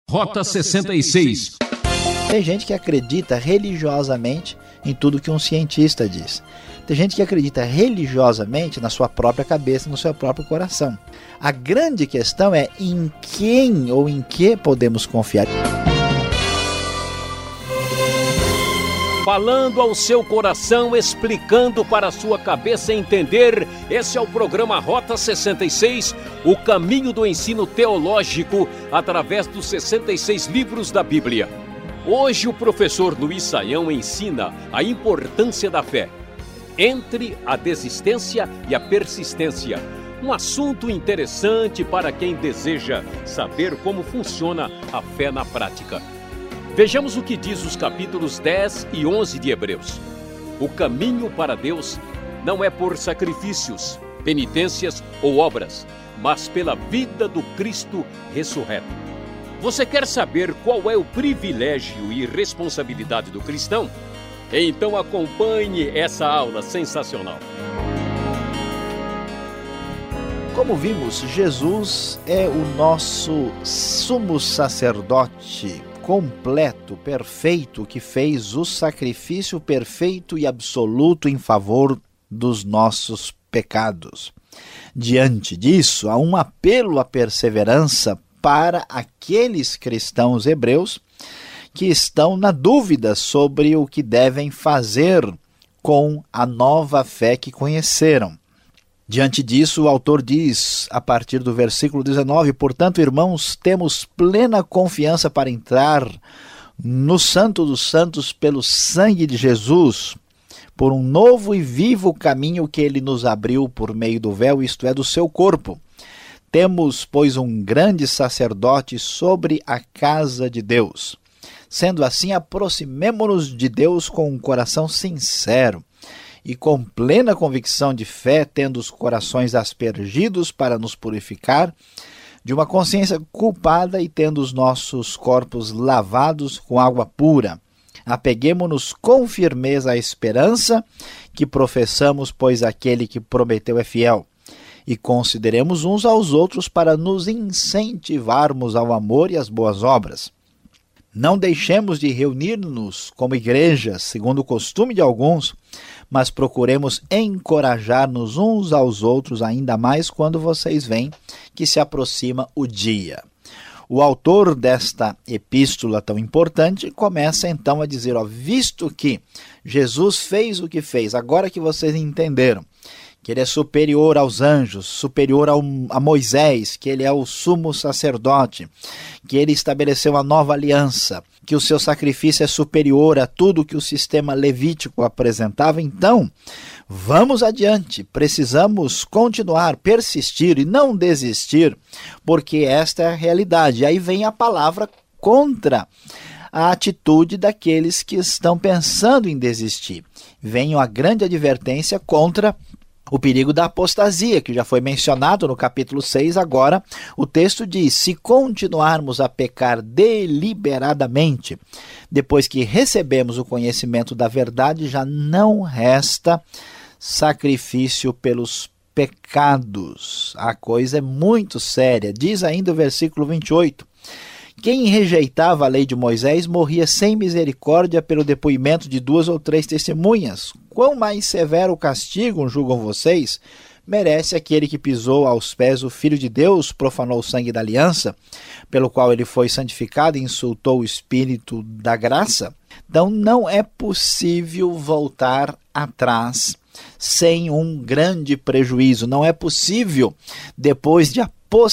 Rota 66. Tem gente que acredita religiosamente em tudo que um cientista diz. Tem gente que acredita religiosamente na sua própria cabeça, no seu próprio coração. A grande questão é em quem ou em que podemos confiar. Falando ao seu coração, explicando para a sua cabeça entender, esse é o programa Rota 66, o caminho do ensino teológico através dos 66 livros da Bíblia. Hoje o professor Luiz Saião ensina a importância da fé, entre a desistência e a persistência. Um assunto interessante para quem deseja saber como funciona a fé na prática. Vejamos o que diz os capítulos 10 e 11 de Hebreus. O caminho para Deus não é por sacrifícios, penitências ou obras, mas pela vida do Cristo ressurreto. Você quer saber qual é o privilégio e responsabilidade do cristão? Então acompanhe essa aula sensacional. Como vimos, Jesus é o nosso sumo sacerdote completo, perfeito, que fez o sacrifício perfeito e absoluto em favor dos nossos pecados. Diante disso, há um apelo à perseverança para aqueles cristãos hebreus que estão na dúvida sobre o que devem fazer com a nova fé que conheceram. Diante disso, o autor diz, a partir do versículo 19, portanto, irmãos, temos plena confiança para entrar no Santo dos Santos pelo sangue de Jesus, por um novo e vivo caminho que ele nos abriu por meio do véu, isto é, do seu corpo. Temos, pois, um grande sacerdote sobre a casa de Deus. Sendo assim, aproximemo-nos de Deus com um coração sincero e com plena convicção de fé, tendo os corações aspergidos para nos purificar de uma consciência culpada e tendo os nossos corpos lavados com água pura. Apeguemo-nos com firmeza à esperança que professamos, pois aquele que prometeu é fiel. E consideremos uns aos outros para nos incentivarmos ao amor e às boas obras. Não deixemos de reunir-nos como igreja, segundo o costume de alguns, mas procuremos encorajar-nos uns aos outros, ainda mais quando vocês veem que se aproxima o dia. O autor desta epístola tão importante começa então a dizer, visto que Jesus fez o que fez, agora que vocês entenderam, que ele é superior aos anjos, superior a Moisés, que ele é o sumo sacerdote, que ele estabeleceu a nova aliança, que o seu sacrifício é superior a tudo que o sistema levítico apresentava. Então, vamos adiante, precisamos continuar, persistir e não desistir, porque esta é a realidade. E aí vem a palavra contra a atitude daqueles que estão pensando em desistir. Vem a grande advertência contra o perigo da apostasia, que já foi mencionado no capítulo 6, agora o texto diz, se continuarmos a pecar deliberadamente, depois que recebemos o conhecimento da verdade, já não resta sacrifício pelos pecados. A coisa é muito séria. Diz ainda o versículo 28, quem rejeitava a lei de Moisés morria sem misericórdia pelo depoimento de 2 ou 3 testemunhas. Quão mais severo o castigo, julgam vocês, merece aquele que pisou aos pés o Filho de Deus, profanou o sangue da aliança, pelo qual ele foi santificado e insultou o Espírito da graça? Então não é possível voltar atrás sem um grande prejuízo. Não é possível, depois de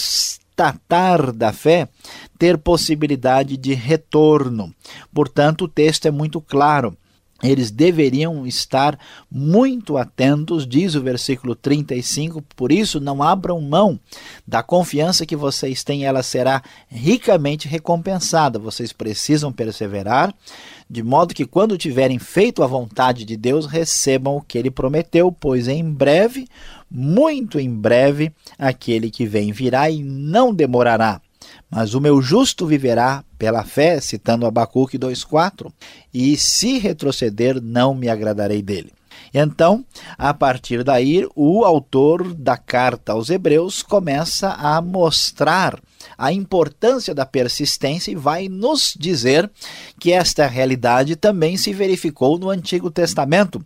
apostatar da fé, ter possibilidade de retorno. Portanto, o texto é muito claro. Eles deveriam estar muito atentos, diz o versículo 35, por isso não abram mão da confiança que vocês têm, ela será ricamente recompensada. Vocês precisam perseverar, de modo que quando tiverem feito a vontade de Deus, recebam o que ele prometeu, pois em breve, muito em breve, aquele que vem virá e não demorará. Mas o meu justo viverá pela fé, citando Abacuque 2,4, e se retroceder, não me agradarei dele. Então, a partir daí, o autor da carta aos Hebreus começa a mostrar a importância da persistência e vai nos dizer que esta realidade também se verificou no Antigo Testamento,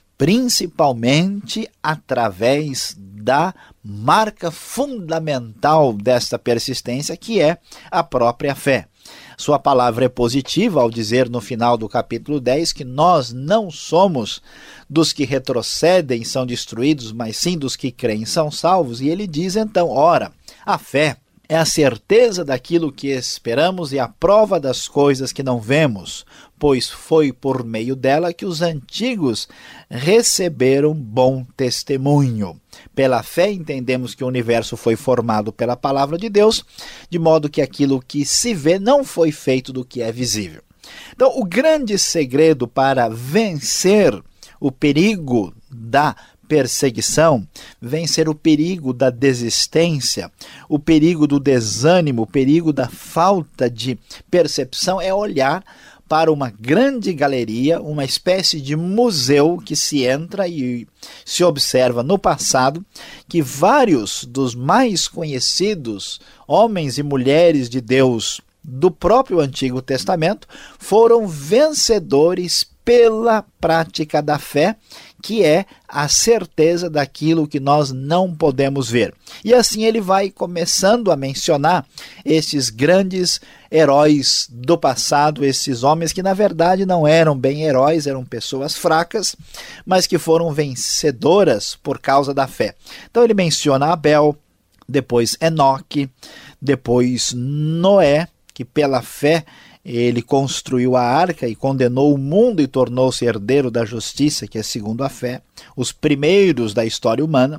principalmente através da marca fundamental desta persistência, que é a própria fé. Sua palavra é positiva ao dizer no final do capítulo 10 que nós não somos dos que retrocedem e são destruídos, mas sim dos que creem e são salvos. E ele diz então, ora, a fé é a certeza daquilo que esperamos e a prova das coisas que não vemos, pois foi por meio dela que os antigos receberam bom testemunho. Pela fé entendemos que o universo foi formado pela palavra de Deus, de modo que aquilo que se vê não foi feito do que é visível. Então, o grande segredo para vencer o perigo da perseguição, vencer o perigo da desistência, o perigo do desânimo, o perigo da falta de percepção, é olhar para uma grande galeria, uma espécie de museu que se entra e se observa no passado que vários dos mais conhecidos homens e mulheres de Deus do próprio Antigo Testamento foram vencedores pela prática da fé, que é a certeza daquilo que nós não podemos ver. E assim ele vai começando a mencionar esses grandes heróis do passado, esses homens que na verdade não eram bem heróis, eram pessoas fracas, mas que foram vencedoras por causa da fé. Então ele menciona Abel, depois Enoque, depois Noé, que pela fé ele construiu a arca e condenou o mundo e tornou-se herdeiro da justiça, que é segundo a fé, os primeiros da história humana.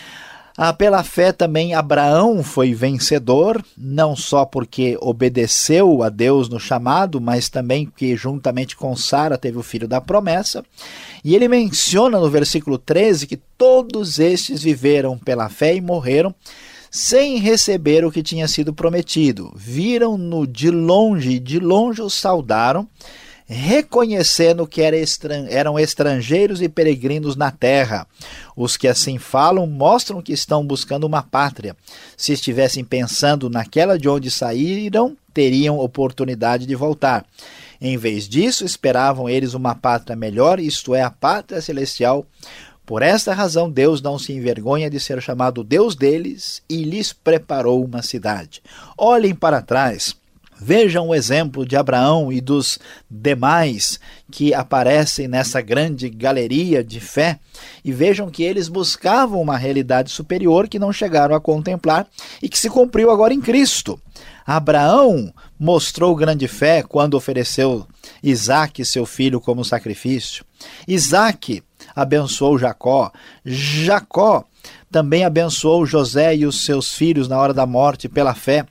Pela fé também Abraão foi vencedor, não só porque obedeceu a Deus no chamado, mas também porque juntamente com Sara teve o filho da promessa. E ele menciona no versículo 13 que todos estes viveram pela fé e morreram sem receber o que tinha sido prometido. Viram-no de longe o saudaram, reconhecendo que eram estrangeiros e peregrinos na terra. Os que assim falam mostram que estão buscando uma pátria. Se estivessem pensando naquela de onde saíram, teriam oportunidade de voltar. Em vez disso, esperavam eles uma pátria melhor, isto é, a pátria celestial. Por esta razão, Deus não se envergonha de ser chamado Deus deles e lhes preparou uma cidade. Olhem para trás, vejam o exemplo de Abraão e dos demais que aparecem nessa grande galeria de fé e vejam que eles buscavam uma realidade superior que não chegaram a contemplar e que se cumpriu agora em Cristo. Abraão mostrou grande fé quando ofereceu Isaque, seu filho, como sacrifício. Isaque abençoou Jacó. Jacó também abençoou José e os seus filhos na hora da morte pela fé.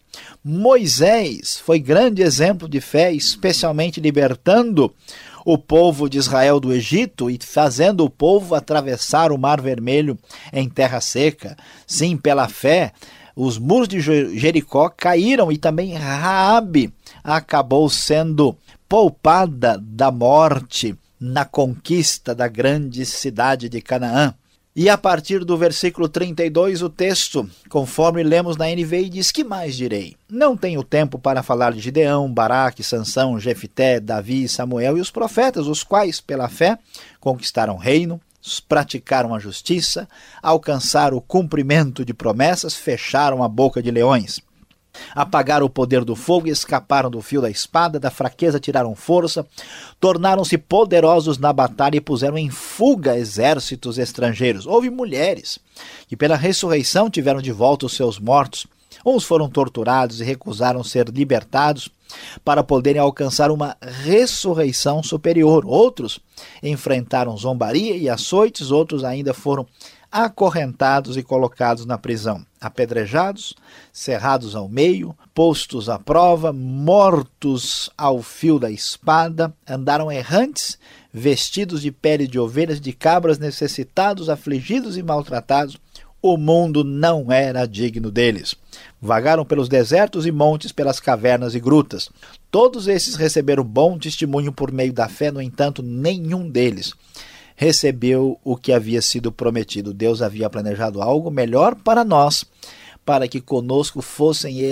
Moisés foi grande exemplo de fé, especialmente libertando o povo de Israel do Egito e fazendo o povo atravessar o Mar Vermelho em terra seca. Sim, pela fé, os muros de Jericó caíram e também Raabe acabou sendo poupada da morte na conquista da grande cidade de Canaã. E a partir do versículo 32, o texto, conforme lemos na NVI, diz: que mais direi? Não tenho tempo para falar de Gideão, Baraque, Sansão, Jefité, Davi, Samuel e os profetas, os quais, pela fé, conquistaram reino, praticaram a justiça, alcançaram o cumprimento de promessas, fecharam a boca de leões. Apagaram o poder do fogo e escaparam do fio da espada, da fraqueza tiraram força, tornaram-se poderosos na batalha e puseram em fuga exércitos estrangeiros. Houve mulheres que pela ressurreição tiveram de volta os seus mortos. Uns foram torturados e recusaram ser libertados para poderem alcançar uma ressurreição superior. Outros enfrentaram zombaria e açoites, outros ainda foram acorrentados e colocados na prisão, apedrejados, cerrados ao meio, postos à prova, mortos ao fio da espada, andaram errantes, vestidos de pele de ovelhas, de cabras, necessitados, afligidos e maltratados. O mundo não era digno deles. Vagaram pelos desertos e montes, pelas cavernas e grutas. Todos esses receberam bom testemunho por meio da fé, no entanto, nenhum deles recebeu o que havia sido prometido. Deus havia planejado algo melhor para nós, para que conosco fossem eles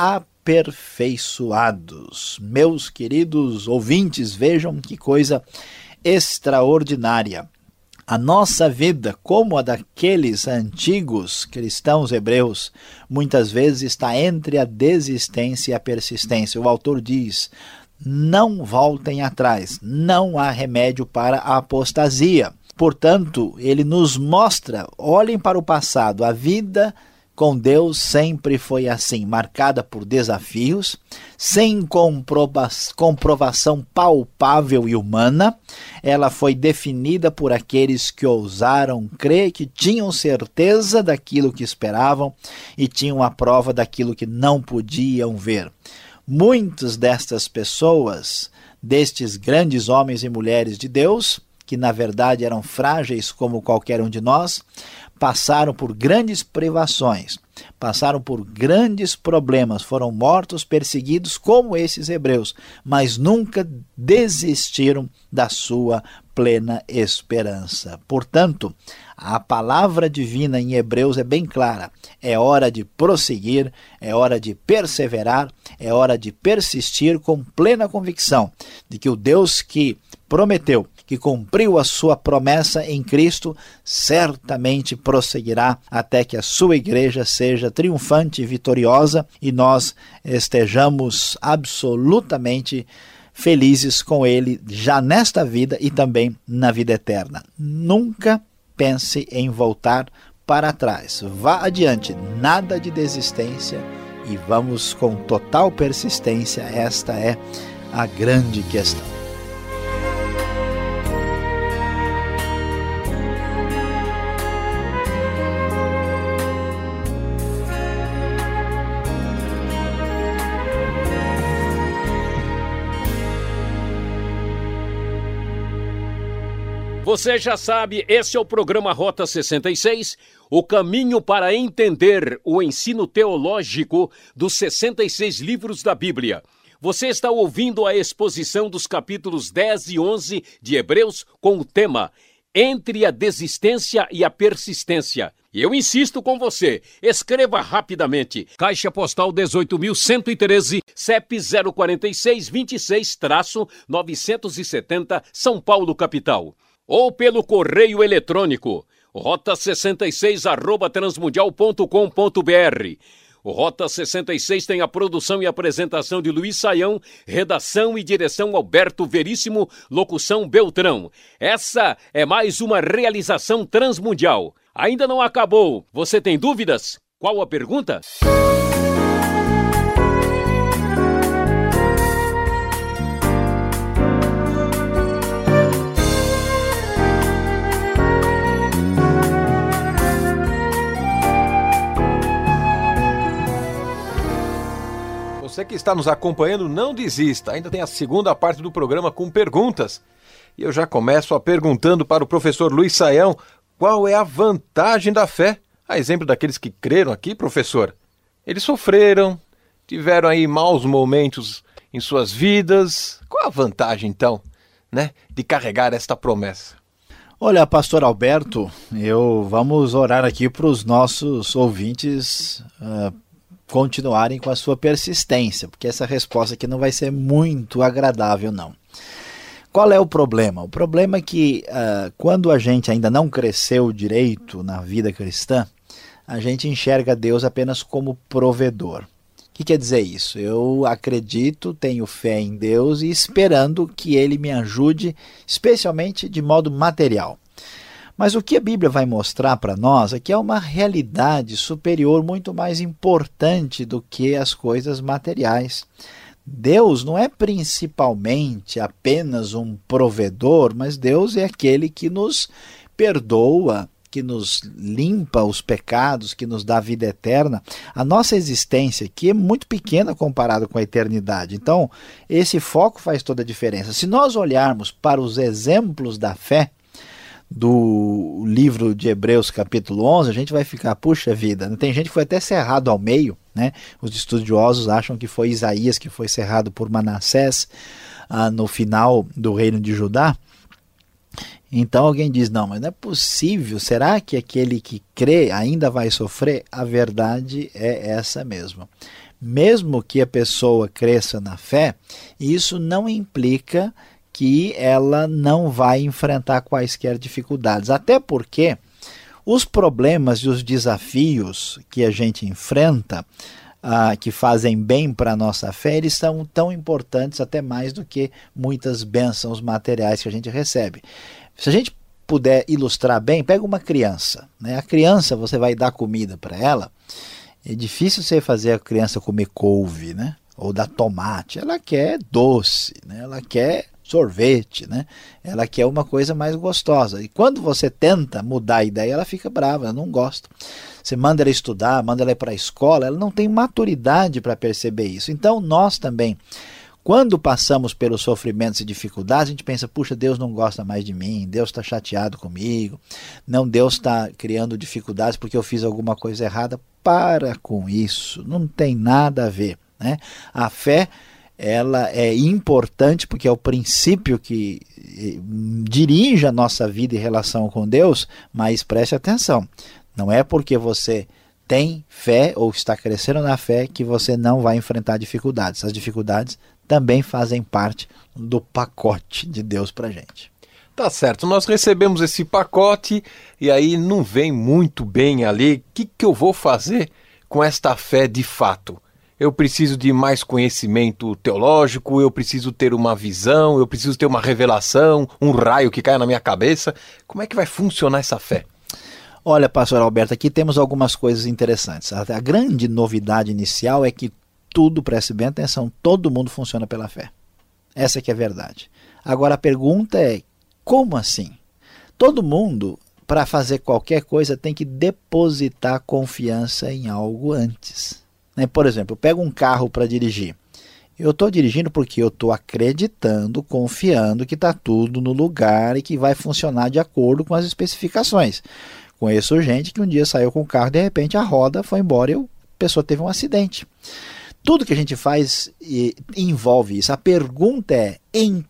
aperfeiçoados. Meus queridos ouvintes, vejam que coisa extraordinária. A nossa vida, como a daqueles antigos cristãos hebreus, muitas vezes está entre a desistência e a persistência. O autor diz: não voltem atrás, não há remédio para a apostasia. Portanto, ele nos mostra, olhem para o passado, a vida com Deus sempre foi assim, marcada por desafios, sem comprovação palpável e humana. Ela foi definida por aqueles que ousaram crer, que tinham certeza daquilo que esperavam e tinham a prova daquilo que não podiam ver. Muitas destas pessoas, destes grandes homens e mulheres de Deus, que na verdade eram frágeis como qualquer um de nós, passaram por grandes privações, passaram por grandes problemas, foram mortos, perseguidos como esses hebreus, mas nunca desistiram da sua plena esperança. Portanto, a palavra divina em Hebreus é bem clara. É hora de prosseguir, é hora de perseverar, é hora de persistir com plena convicção de que o Deus que prometeu, que cumpriu a sua promessa em Cristo, certamente prosseguirá até que a sua igreja seja triunfante e vitoriosa e nós estejamos absolutamente felizes com Ele já nesta vida e também na vida eterna. Nunca pense em voltar para trás. Vá adiante, nada de desistência e vamos com total persistência. Esta é a grande questão. Você já sabe, esse é o programa Rota 66, o caminho para entender o ensino teológico dos 66 livros da Bíblia. Você está ouvindo a exposição dos capítulos 10 e 11 de Hebreus com o tema Entre a Desistência e a Persistência. E eu insisto com você, escreva rapidamente. Caixa Postal 18.113, CEP 046-26-970, São Paulo, capital. Ou pelo correio eletrônico, rota66@transmundial.com.br. O Rota 66 tem a produção e apresentação de Luiz Saião, redação e direção Alberto Veríssimo, locução Beltrão. Essa é mais uma realização transmundial. Ainda não acabou. Você tem dúvidas? Qual a pergunta? Você que está nos acompanhando, não desista. Ainda tem a segunda parte do programa com perguntas. E eu já começo perguntando para o professor Luiz Saião qual é a vantagem da fé. A exemplo daqueles que creram aqui, professor. Eles sofreram, tiveram aí maus momentos em suas vidas. Qual a vantagem, então, de carregar esta promessa? Olha, pastor Alberto, vamos orar aqui para os nossos ouvintes continuarem com a sua persistência, porque essa resposta aqui não vai ser muito agradável, não. Qual é o problema? O problema é que quando a gente ainda não cresceu direito na vida cristã, a gente enxerga Deus apenas como provedor. O que quer dizer isso? Eu acredito, tenho fé em Deus e esperando que Ele me ajude, especialmente de modo material. Mas o que a Bíblia vai mostrar para nós é que é uma realidade superior muito mais importante do que as coisas materiais. Deus não é principalmente apenas um provedor, mas Deus é aquele que nos perdoa, que nos limpa os pecados, que nos dá vida eterna. A nossa existência aqui é muito pequena comparada com a eternidade. Então, esse foco faz toda a diferença. Se nós olharmos para os exemplos da fé, do livro de Hebreus capítulo 11, a gente vai ficar, puxa vida, tem gente que foi até cerrado ao meio, Os estudiosos acham que foi Isaías que foi cerrado por Manassés no final do reino de Judá. Então alguém diz, não, mas não é possível, será que aquele que crê ainda vai sofrer? A verdade é essa mesmo. Mesmo que a pessoa cresça na fé, isso não implica que ela não vai enfrentar quaisquer dificuldades. Até porque os problemas e os desafios que a gente enfrenta, que fazem bem para a nossa fé, eles são tão importantes até mais do que muitas bênçãos materiais que a gente recebe. Se a gente puder ilustrar bem, pega uma criança, né? A criança, você vai dar comida para ela, é difícil você fazer a criança comer couve, né? Ou dar tomate. Ela quer doce, né? Ela quer sorvete, né? Ela quer uma coisa mais gostosa. E quando você tenta mudar a ideia, ela fica brava, ela não gosta. Você manda ela estudar, manda ela ir para a escola, ela não tem maturidade para perceber isso. Então nós também, quando passamos pelos sofrimentos e dificuldades, a gente pensa, puxa, Deus não gosta mais de mim, Deus está chateado comigo, não, Deus está criando dificuldades porque eu fiz alguma coisa errada. Para com isso, não tem nada a ver, né? A fé, ela é importante porque é o princípio que dirige a nossa vida em relação com Deus, mas preste atenção, não é porque você tem fé ou está crescendo na fé que você não vai enfrentar dificuldades. As dificuldades também fazem parte do pacote de Deus para a gente. Tá certo, nós recebemos esse pacote e aí não vem muito bem ali. O que eu vou fazer com esta fé de fato? Eu preciso de mais conhecimento teológico, eu preciso ter uma visão, eu preciso ter uma revelação, um raio que caia na minha cabeça. Como é que vai funcionar essa fé? Olha, pastor Alberto, aqui temos algumas coisas interessantes. A grande novidade inicial é que tudo, preste bem atenção, todo mundo funciona pela fé. Essa que é a verdade. Agora a pergunta é, como assim? Todo mundo, para fazer qualquer coisa, tem que depositar confiança em algo antes. Por exemplo, eu pego um carro para dirigir. Eu estou dirigindo porque eu estou acreditando, confiando que está tudo no lugar e que vai funcionar de acordo com as especificações. Conheço gente que um dia saiu com o carro e de repente a roda foi embora e a pessoa teve um acidente. Tudo que a gente faz envolve isso. A pergunta é em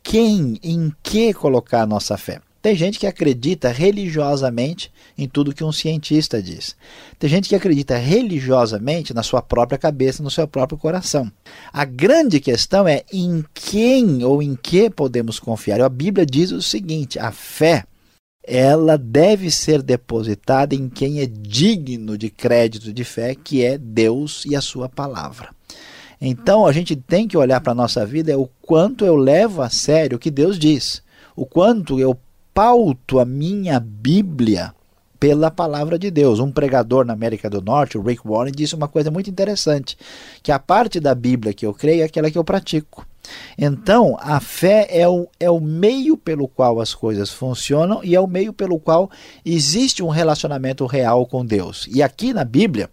que colocar a nossa fé? Tem gente que acredita religiosamente em tudo que um cientista diz. Tem gente que acredita religiosamente na sua própria cabeça, no seu próprio coração. A grande questão é em quem ou em que podemos confiar. A Bíblia diz o seguinte, a fé, ela deve ser depositada em quem é digno de crédito de fé, que é Deus e a sua palavra. Então a gente tem que olhar para a nossa vida o quanto eu levo a sério o que Deus diz, o quanto eu pauto a minha Bíblia pela palavra de Deus. Um pregador na América do Norte, o Rick Warren, disse uma coisa muito interessante, que a parte da Bíblia que eu creio é aquela que eu pratico. Então, a fé é o meio pelo qual as coisas funcionam e é o meio pelo qual existe um relacionamento real com Deus. E aqui na Bíblia,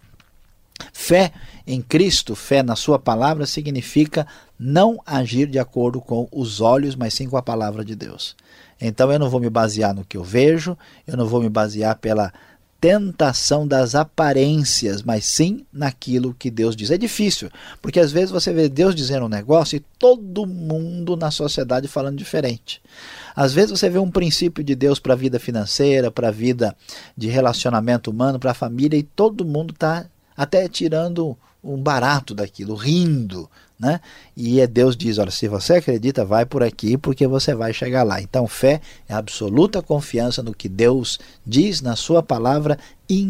fé em Cristo, fé na sua palavra, significa não agir de acordo com os olhos, mas sim com a palavra de Deus. Então eu não vou me basear no que eu vejo, eu não vou me basear pela tentação das aparências, mas sim naquilo que Deus diz. É difícil, porque às vezes você vê Deus dizendo um negócio e todo mundo na sociedade falando diferente. Às vezes você vê um princípio de Deus para a vida financeira, para a vida de relacionamento humano, para a família, e todo mundo está até tirando um barato daquilo, rindo, né? E Deus diz, olha, se você acredita, vai por aqui, porque você vai chegar lá. Então fé é absoluta confiança no que Deus diz na sua palavra,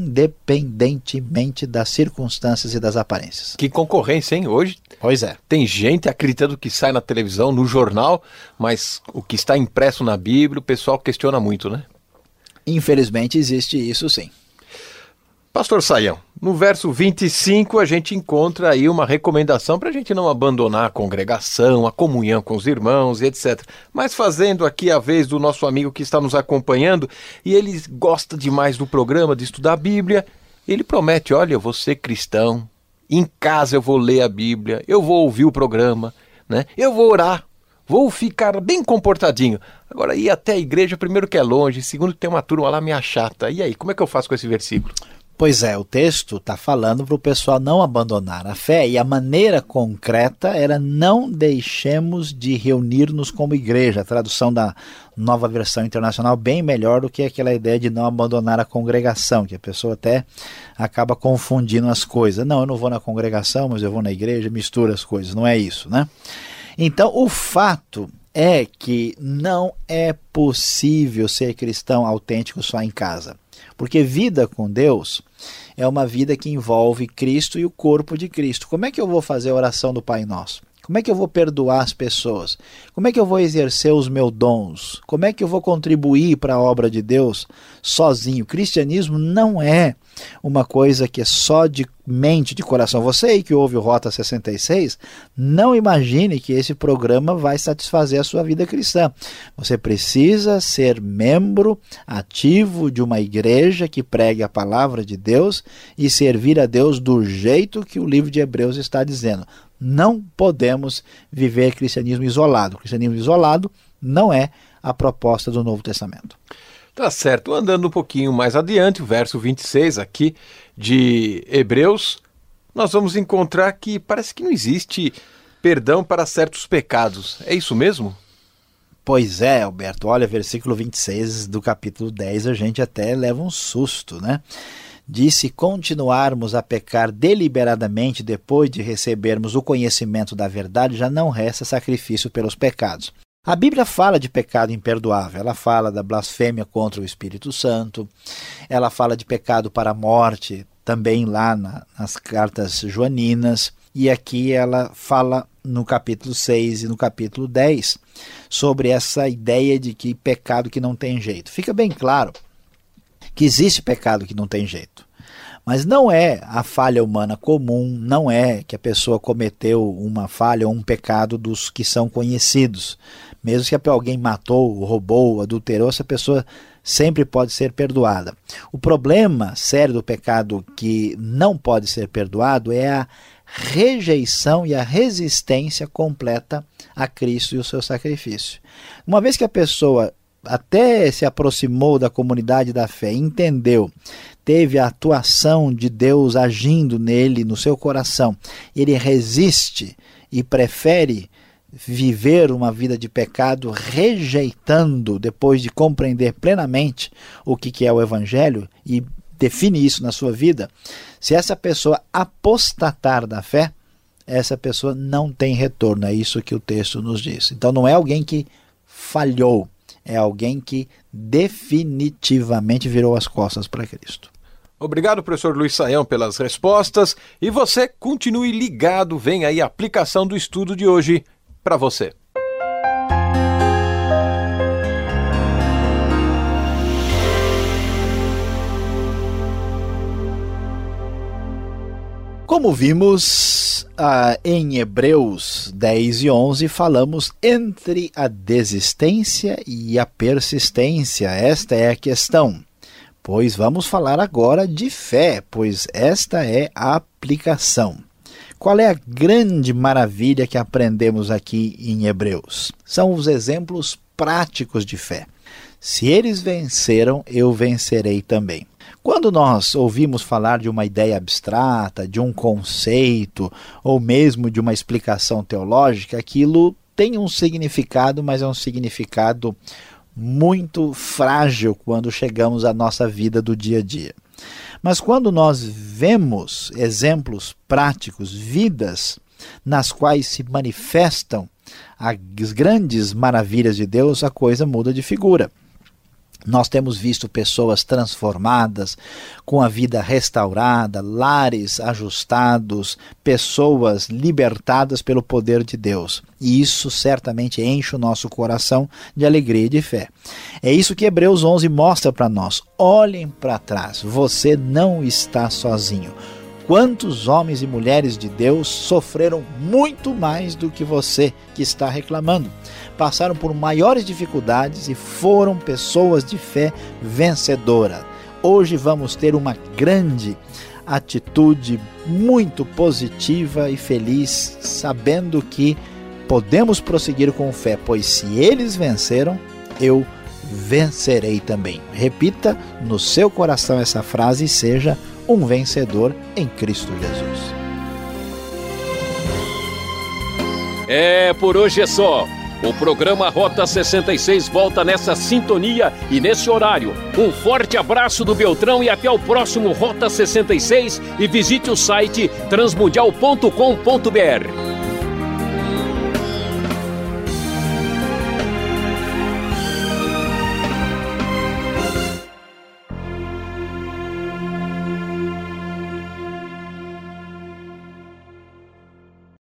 independentemente das circunstâncias e das aparências. Que concorrência, hein? Hoje, pois é, tem gente acreditando que sai na televisão, no jornal, mas o que está impresso na Bíblia, o pessoal questiona muito, né? Infelizmente existe isso, sim. Pastor Saião, no verso 25 a gente encontra aí uma recomendação para a gente não abandonar a congregação, a comunhão com os irmãos e etc. Mas fazendo aqui a vez do nosso amigo que está nos acompanhando e ele gosta demais do programa, de estudar a Bíblia, ele promete, olha, eu vou ser cristão, em casa eu vou ler a Bíblia, eu vou ouvir o programa, né? Eu vou orar, vou ficar bem comportadinho. Agora, ir até a igreja, primeiro que é longe, segundo que tem uma turma lá meio chata. E aí, como é que eu faço com esse versículo? Pois é, o texto está falando para o pessoal não abandonar a fé, e a maneira concreta era: não deixemos de reunir-nos como igreja. A tradução da Nova Versão Internacional bem melhor do que aquela ideia de não abandonar a congregação, que a pessoa até acaba confundindo as coisas. Não, eu não vou na congregação, mas eu vou na igreja, mistura as coisas. Não é isso, né? Então, o fato é que não é possível ser cristão autêntico só em casa. Porque vida com Deus é uma vida que envolve Cristo e o corpo de Cristo. Como é que eu vou fazer a oração do Pai Nosso? Como é que eu vou perdoar as pessoas? Como é que eu vou exercer os meus dons? Como é que eu vou contribuir para a obra de Deus sozinho? O cristianismo não é uma coisa que é só de mente, de coração. Você aí que ouve o Rota 66, não imagine que esse programa vai satisfazer a sua vida cristã. Você precisa ser membro ativo de uma igreja que pregue a palavra de Deus e servir a Deus do jeito que o livro de Hebreus está dizendo. Não podemos viver cristianismo isolado. O cristianismo isolado não é a proposta do Novo Testamento. Tá certo. Andando um pouquinho mais adiante, o verso 26 aqui de Hebreus, nós vamos encontrar que parece que não existe perdão para certos pecados. É isso mesmo? Pois é, Alberto. Olha, versículo 26 do capítulo 10, a gente até leva um susto, né? Diz: se continuarmos a pecar deliberadamente depois de recebermos o conhecimento da verdade, já não resta sacrifício pelos pecados. A Bíblia fala de pecado imperdoável, ela fala da blasfêmia contra o Espírito Santo, ela fala de pecado para a morte, também lá nas cartas joaninas, e aqui ela fala no capítulo 6 e no capítulo 10 sobre essa ideia de que pecado que não tem jeito. Fica bem claro que existe pecado que não tem jeito, mas não é a falha humana comum, não é que a pessoa cometeu uma falha ou um pecado dos que são conhecidos. Mesmo que alguém matou, roubou, adulterou, essa pessoa sempre pode ser perdoada. O problema sério do pecado que não pode ser perdoado é a rejeição e a resistência completa a Cristo e o seu sacrifício. Uma vez que a pessoa até se aproximou da comunidade da fé, entendeu, teve a atuação de Deus agindo nele, no seu coração, ele resiste e prefere viver uma vida de pecado, rejeitando, depois de compreender plenamente o que é o Evangelho e define isso na sua vida. Se essa pessoa apostatar da fé, essa pessoa não tem retorno. É isso que o texto nos diz. Então não é alguém que falhou, é alguém que definitivamente virou as costas para Cristo. Obrigado, professor Luiz Saião, pelas respostas. E você continue ligado, vem aí a aplicação do estudo de hoje para você. Como vimos em Hebreus 10 e 11, falamos entre a desistência e a persistência. Esta é a questão. Pois vamos falar agora de fé, pois esta é a aplicação. Qual é a grande maravilha que aprendemos aqui em Hebreus? São os exemplos práticos de fé. Se eles venceram, eu vencerei também. Quando nós ouvimos falar de uma ideia abstrata, de um conceito, ou mesmo de uma explicação teológica, aquilo tem um significado, mas é um significado muito frágil quando chegamos à nossa vida do dia a dia. Mas quando nós vemos exemplos práticos, vidas nas quais se manifestam as grandes maravilhas de Deus, a coisa muda de figura. Nós temos visto pessoas transformadas, com a vida restaurada, lares ajustados, pessoas libertadas pelo poder de Deus. E isso certamente enche o nosso coração de alegria e de fé. É isso que Hebreus 11 mostra para nós. Olhem para trás, você não está sozinho. Quantos homens e mulheres de Deus sofreram muito mais do que você que está reclamando? Passaram por maiores dificuldades e foram pessoas de fé vencedora. Hoje vamos ter uma grande atitude muito positiva e feliz, sabendo que podemos prosseguir com fé, pois se eles venceram, eu vencerei também. Repita no seu coração essa frase e seja um vencedor em Cristo Jesus. Por hoje é só. O programa Rota 66 volta nessa sintonia e nesse horário. Um forte abraço do Beltrão e até o próximo Rota 66 e visite o site transmundial.com.br.